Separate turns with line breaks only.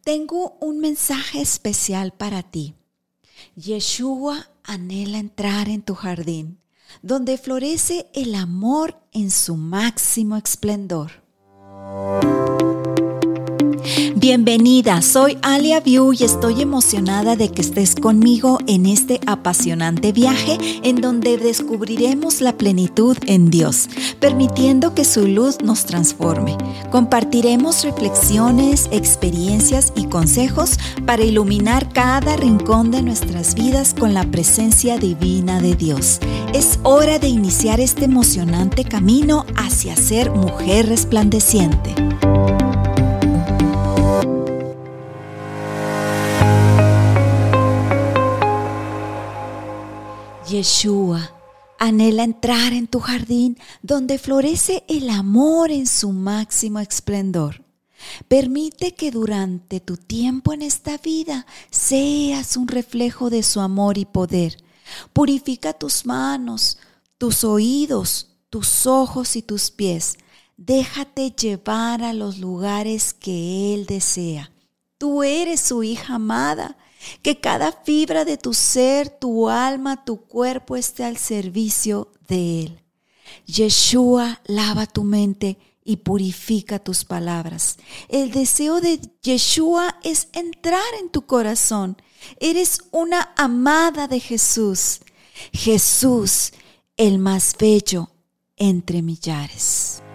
Tengo un mensaje especial para ti. Yeshua anhela entrar en tu jardín, donde florece el amor en su máximo esplendor. Bienvenida, soy Alia Viu y estoy emocionada de que estés conmigo en este apasionante viaje en donde descubriremos la plenitud en Dios, permitiendo que su luz nos transforme. Compartiremos reflexiones, experiencias y consejos para iluminar cada rincón de nuestras vidas con la presencia divina de Dios. Es hora de iniciar este emocionante camino hacia ser mujer resplandeciente. Yeshua anhela entrar en tu jardín donde florece el amor en su máximo esplendor. Permite que durante tu tiempo en esta vida seas un reflejo de su amor y poder. Purifica tus manos, tus oídos, tus ojos y tus pies. Déjate llevar a los lugares que Él desea. Tú eres su hija amada. Que cada fibra de tu ser, tu alma, tu cuerpo esté al servicio de Él. Yeshua lava tu mente y purifica tus palabras. El deseo de Yeshua es entrar en tu corazón. Eres una amada de Jesús. Jesús, el más bello entre millares.